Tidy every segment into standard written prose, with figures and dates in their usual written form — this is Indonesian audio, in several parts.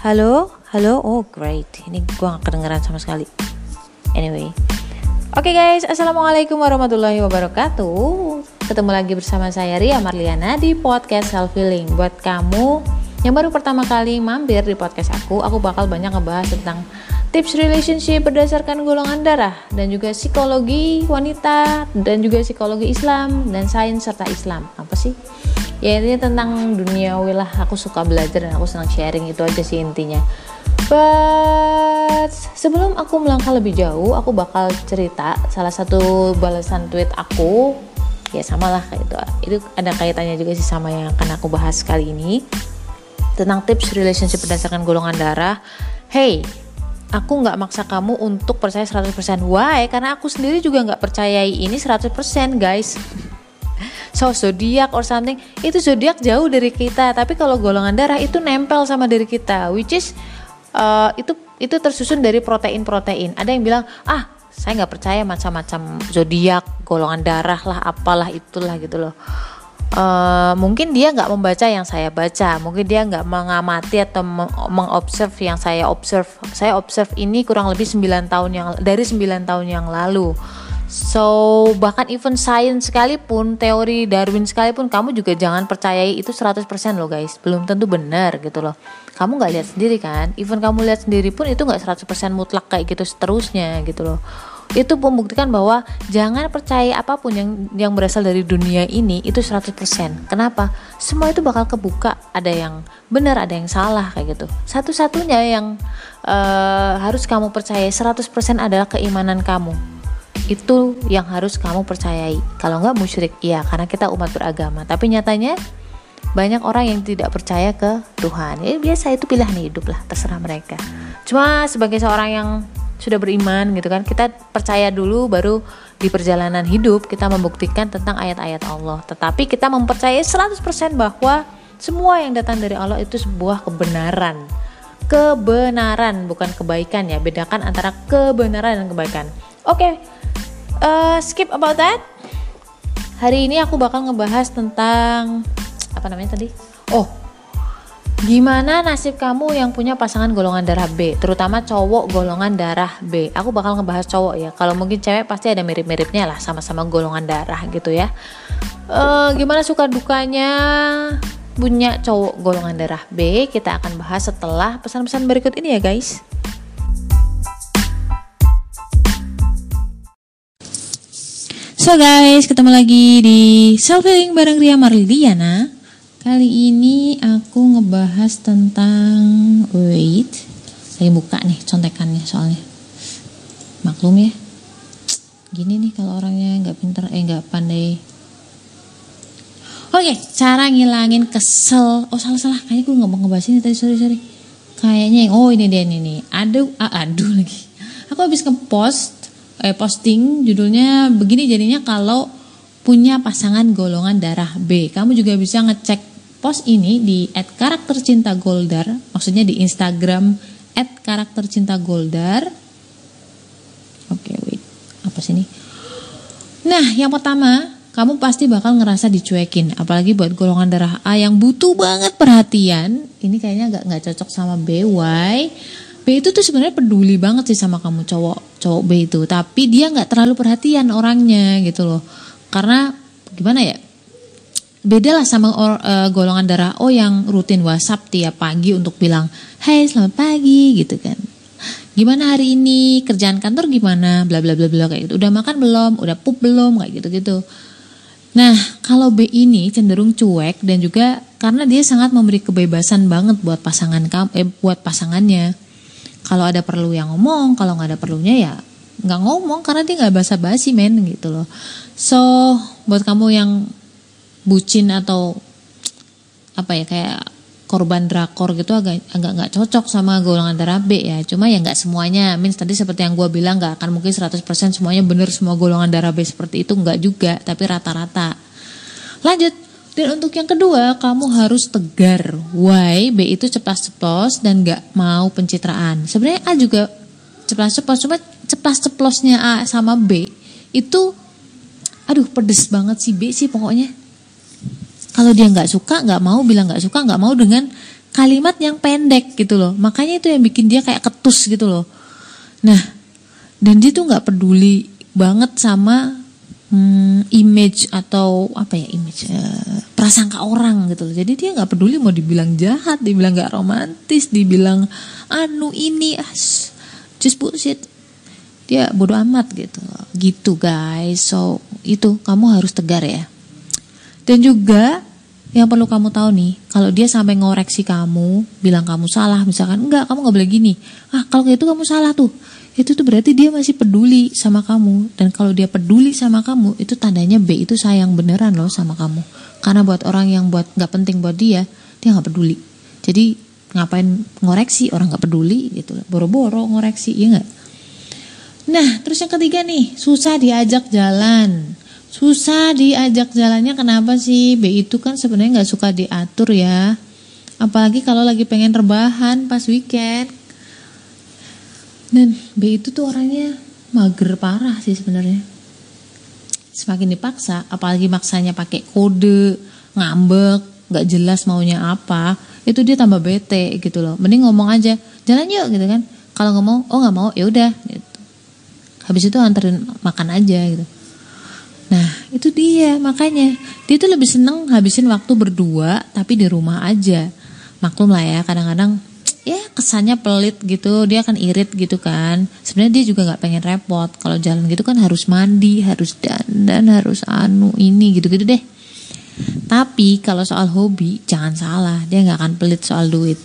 Halo, halo, oh great. Ini gue gak kedengeran sama sekali. Anyway, oke guys, assalamualaikum warahmatullahi wabarakatuh. Ketemu lagi bersama saya Ria Marliana di podcast Self Healing. Buat kamu yang baru pertama kali mampir di podcast aku bakal banyak ngebahas tentang tips relationship berdasarkan golongan darah, dan juga psikologi wanita, dan juga psikologi Islam, dan sains serta Islam. Apa sih? Ya intinya tentang duniawi lah. Aku suka belajar dan aku senang sharing, itu aja sih intinya. But sebelum aku melangkah lebih jauh, aku bakal cerita salah satu balasan tweet aku. Ya samalah kayak itu. Itu ada kaitannya juga sih sama yang akan aku bahas kali ini, tentang tips relationship berdasarkan golongan darah. Hey, aku gak maksa kamu untuk percaya 100%. Why? Karena aku sendiri juga gak percayai ini 100% guys. So zodiak or something, itu zodiak jauh dari kita, tapi kalau golongan darah itu nempel sama diri kita, which is itu tersusun dari protein. Ada yang bilang, saya nggak percaya macam-macam zodiak, golongan darah lah, apalah itulah gitu loh. Mungkin dia nggak membaca yang saya baca, mungkin dia nggak mengamati atau mengobserve yang saya observe. Saya observe ini kurang lebih 9 tahun yang lalu. So bahkan even science sekalipun, teori Darwin sekalipun, kamu juga jangan percayai itu 100% loh guys. Belum tentu benar gitu loh. Kamu gak lihat sendiri kan. Even kamu lihat sendiri pun itu gak 100% mutlak kayak gitu seterusnya gitu loh. Itu membuktikan bahwa jangan percaya apapun yang berasal dari dunia ini itu 100%. Kenapa? Semua itu bakal kebuka. Ada yang benar, ada yang salah kayak gitu. Satu-satunya yang harus kamu percaya 100% adalah keimanan kamu. Itu yang harus kamu percayai. Kalau enggak musyrik, iya, karena kita umat beragama. Tapi nyatanya banyak orang yang tidak percaya ke Tuhan. Ya biasa, itu pilihan hidup lah, terserah mereka. Cuma sebagai seorang yang sudah beriman gitu kan, kita percaya dulu, baru di perjalanan hidup kita membuktikan tentang ayat-ayat Allah. Tetapi kita mempercayai 100% bahwa semua yang datang dari Allah itu sebuah kebenaran. Kebenaran, bukan kebaikan ya. Bedakan antara kebenaran dan kebaikan. Oke. Skip about that. Hari ini aku bakal ngebahas tentang apa namanya tadi? Gimana nasib kamu yang punya pasangan golongan darah B, terutama cowok golongan darah B. Aku bakal ngebahas cowok ya. Kalau mungkin cewek pasti ada mirip-miripnya lah, sama-sama golongan darah gitu ya. Gimana suka dukanya punya cowok golongan darah B, kita akan bahas setelah pesan-pesan berikut ini ya guys. So guys, ketemu lagi di Self Healing bareng Ria Marliana. Kali ini aku ngebahas tentang saya buka nih contekannya soalnya. Maklum ya. Gini nih kalau orangnya enggak pintar, enggak pandai. Oke, cara ngilangin kesel. Salah. Kayaknya gue enggak mau ngebahas ini tadi, sorry. Kayaknya ini dia nih. Aduh lagi. Aku habis posting judulnya begini jadinya, kalau punya pasangan golongan darah B. Kamu juga bisa ngecek post ini di @karaktercintagoldar, maksudnya di Instagram @karaktercintagoldar. Oke, wait. Apa sih ini? Nah, yang pertama, kamu pasti bakal ngerasa dicuekin, apalagi buat golongan darah A yang butuh banget perhatian. Ini kayaknya enggak cocok sama B. Why? B itu tuh sebenarnya peduli banget sih sama kamu, cowok B itu, tapi dia nggak terlalu perhatian orangnya gitu loh. Karena gimana ya, beda lah sama golongan darah O yang rutin WhatsApp tiap pagi untuk bilang, hey selamat pagi gitu kan. Gimana hari ini, kerjaan kantor gimana, bla bla bla bla kayak gitu. Udah makan belum, udah pup belum, kayak gitu. Nah, kalau B ini cenderung cuek, dan juga karena dia sangat memberi kebebasan banget buat buat pasangannya. Kalau ada perlu yang ngomong, kalau nggak ada perlunya ya nggak ngomong, karena dia nggak basa-basi gitu loh. So buat kamu yang bucin atau kayak korban drakor gitu, agak nggak cocok sama golongan darah B ya. Cuma ya nggak semuanya, tadi seperti yang gue bilang, nggak akan mungkin 100% semuanya bener semua golongan darah B seperti itu, nggak juga, tapi rata-rata. Lanjut. Dan untuk yang kedua, kamu harus tegar. Why? B itu ceplas-ceplos dan gak mau pencitraan. Sebenarnya A juga ceplas-ceplos, cuma ceplas-ceplosnya A sama B itu, pedes banget si B sih pokoknya. Kalau dia gak suka, gak mau bilang gak suka, gak mau dengan kalimat yang pendek gitu loh. Makanya itu yang bikin dia kayak ketus gitu loh. Nah, dan dia tuh nggak peduli banget sama image atau prasangka orang gitu loh. Jadi dia nggak peduli mau dibilang jahat, dibilang nggak romantis, dibilang ini just bullshit. Dia bodo amat gitu guys. So itu kamu harus tegar ya. Dan juga yang perlu kamu tahu nih, kalau dia sampai ngoreksi kamu, bilang kamu salah, misalkan enggak, kamu nggak boleh gini. Kalau gitu kamu salah tuh. Itu tuh berarti dia masih peduli sama kamu. Dan kalau dia peduli sama kamu, itu tandanya B itu sayang beneran loh sama kamu. Karena buat orang yang nggak penting buat dia nggak peduli. Jadi ngapain ngoreksi orang nggak peduli gitu, boro-boro ngoreksi, ya nggak? Nah, terus yang ketiga nih, susah diajak jalan. Susah diajak jalannya kenapa sih? B itu kan sebenarnya nggak suka diatur ya. Apalagi kalau lagi pengen rebahan pas weekend. Dan B itu tuh orangnya mager parah sih sebenarnya. Semakin dipaksa, apalagi maksanya pakai kode, ngambek, nggak jelas maunya apa, itu dia tambah bete gitu loh. Mending ngomong aja, jalan yuk gitu kan. Kalau ngomong, nggak mau, ya udah. Gitu. Habis itu anterin makan aja gitu. Nah itu dia, makanya dia tuh lebih seneng habisin waktu berdua tapi di rumah aja. Maklum lah ya, kadang-kadang ya kesannya pelit gitu, dia akan irit gitu kan. Sebenarnya dia juga nggak pengen repot. Kalau jalan gitu kan harus mandi, harus dandan, harus ini gitu-gitu deh. Tapi kalau soal hobi jangan salah, dia nggak akan pelit soal duit.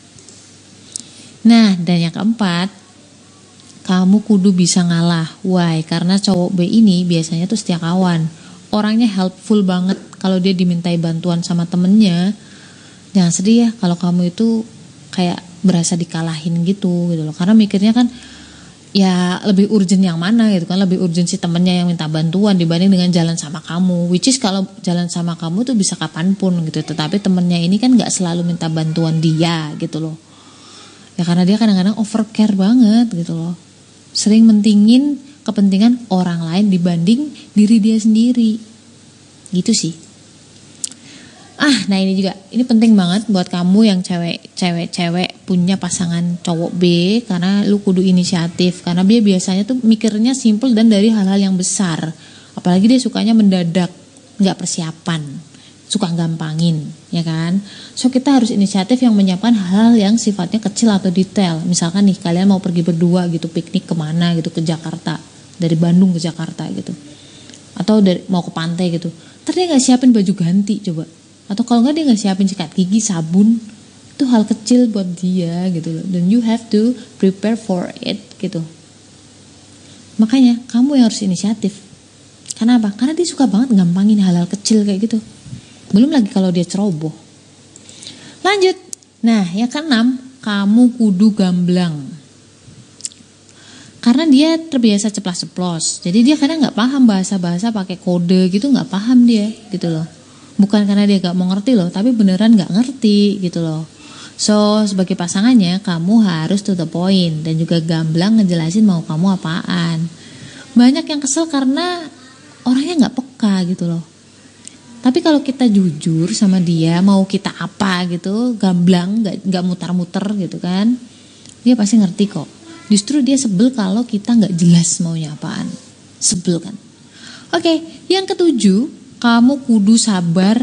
Nah dan yang keempat, kamu kudu bisa ngalah. Why? Karena cowok B ini biasanya tuh setia kawan. Orangnya helpful banget. Kalau dia dimintai bantuan sama temennya, jangan sedih ya kalau kamu itu kayak berasa dikalahin gitu loh. Karena mikirnya kan ya lebih urgent yang mana gitu kan. Lebih urgent si temennya yang minta bantuan dibanding dengan jalan sama kamu. Which is kalau jalan sama kamu tuh bisa kapanpun gitu. Tetapi temennya ini kan gak selalu minta bantuan dia gitu loh. Ya karena dia kadang-kadang overcare banget gitu loh. Sering mentingin kepentingan orang lain dibanding diri dia sendiri. Gitu sih. Nah ini juga, ini penting banget buat kamu yang cewek punya pasangan cowok B, karena lu kudu inisiatif. Karena dia biasanya tuh mikirnya simple dan dari hal-hal yang besar. Apalagi dia sukanya mendadak, gak persiapan, suka gampangin, ya kan? So kita harus inisiatif yang menyiapkan hal yang sifatnya kecil atau detail. Misalkan nih kalian mau pergi berdua gitu, piknik kemana gitu, ke Jakarta, dari Bandung ke Jakarta gitu, atau mau ke pantai gitu. Ntar dia gak siapin baju ganti coba, atau kalau gak dia gak siapin sikat gigi, sabun. Itu hal kecil buat dia gitu loh. Dan you have to prepare for it gitu. Makanya kamu yang harus inisiatif. Karena apa? Karena dia suka banget gampangin hal-hal kecil kayak gitu. Belum lagi kalau dia ceroboh. Lanjut. Nah yang keenam, kamu kudu gamblang. Karena dia terbiasa ceplas-ceplos. Jadi dia kadang gak paham bahasa-bahasa pakai kode gitu, gak paham dia gitu loh. Bukan karena dia gak mau ngerti loh, tapi beneran gak ngerti gitu loh. So sebagai pasangannya kamu harus to the point dan juga gamblang ngejelasin mau kamu apaan. Banyak yang kesel karena orangnya gak peka gitu loh. Tapi kalau kita jujur sama dia, mau kita apa gitu, gamblang, gak mutar-muter gitu kan, dia pasti ngerti kok. Justru dia sebel kalau kita gak jelas maunya apaan. Sebel kan. Oke, yang ketujuh, kamu kudu sabar.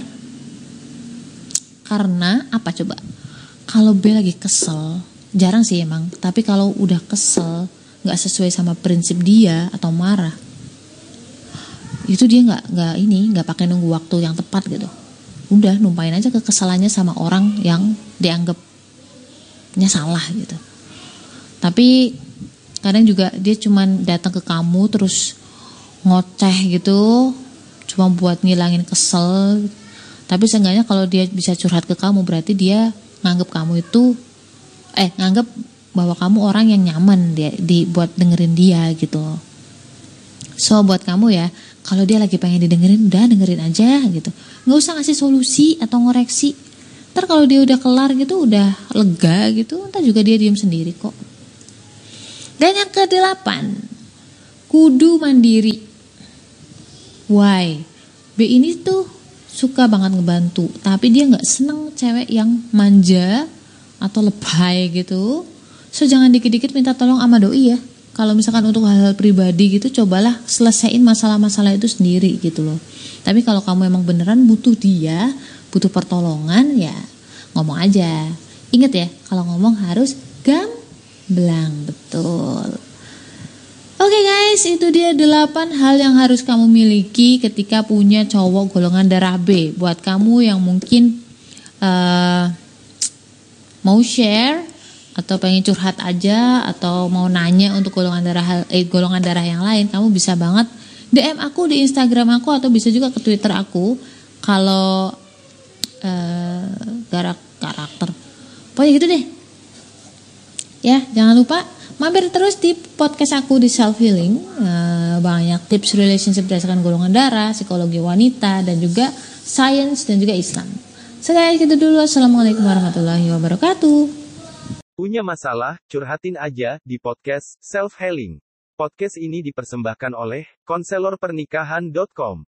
Karena apa coba? Kalau B lagi kesel, jarang sih emang, tapi kalau udah kesel, gak sesuai sama prinsip dia atau marah, itu dia nggak pakai nunggu waktu yang tepat gitu. Udah numpain aja kekesalannya sama orang yang dianggapnya salah gitu. Tapi kadang juga dia cuman datang ke kamu terus ngoceh gitu, cuma buat ngilangin kesel. Tapi seenggaknya kalau dia bisa curhat ke kamu, berarti dia nganggap kamu itu nganggap bahwa kamu orang yang nyaman buat dengerin dia gitu. So buat kamu ya, kalau dia lagi pengen didengerin, udah dengerin aja gitu. Nggak usah ngasih solusi atau ngoreksi. Ntar kalau dia udah kelar gitu, udah lega gitu, ntar juga dia diem sendiri kok. Dan yang ke-8, kudu mandiri. Why? B ini tuh suka banget ngebantu, tapi dia nggak seneng cewek yang manja, atau lebay gitu. So jangan dikit-dikit minta tolong sama doi ya. Kalau misalkan untuk hal-hal pribadi gitu, cobalah selesaiin masalah-masalah itu sendiri gitu loh. Tapi kalau kamu emang beneran butuh dia, butuh pertolongan, ya ngomong aja. Ingat ya, kalau ngomong harus gamblang, betul. Oke guys, itu dia 8 hal yang harus kamu miliki ketika punya cowok golongan darah B. Buat kamu yang mungkin mau share atau pengen curhat aja atau mau nanya untuk golongan darah yang lain, kamu bisa banget DM aku di Instagram aku atau bisa juga ke Twitter aku. Kalau karakter pokoknya gitu deh ya. Jangan lupa mampir terus di podcast aku di Self Healing. Banyak tips relationship berdasarkan golongan darah, psikologi wanita, dan juga science dan juga Islam. Sekali gitu dulu. Assalamualaikum warahmatullahi wabarakatuh. Punya masalah, curhatin aja di podcast Self Healing. Podcast ini dipersembahkan oleh konselorpernikahan.com.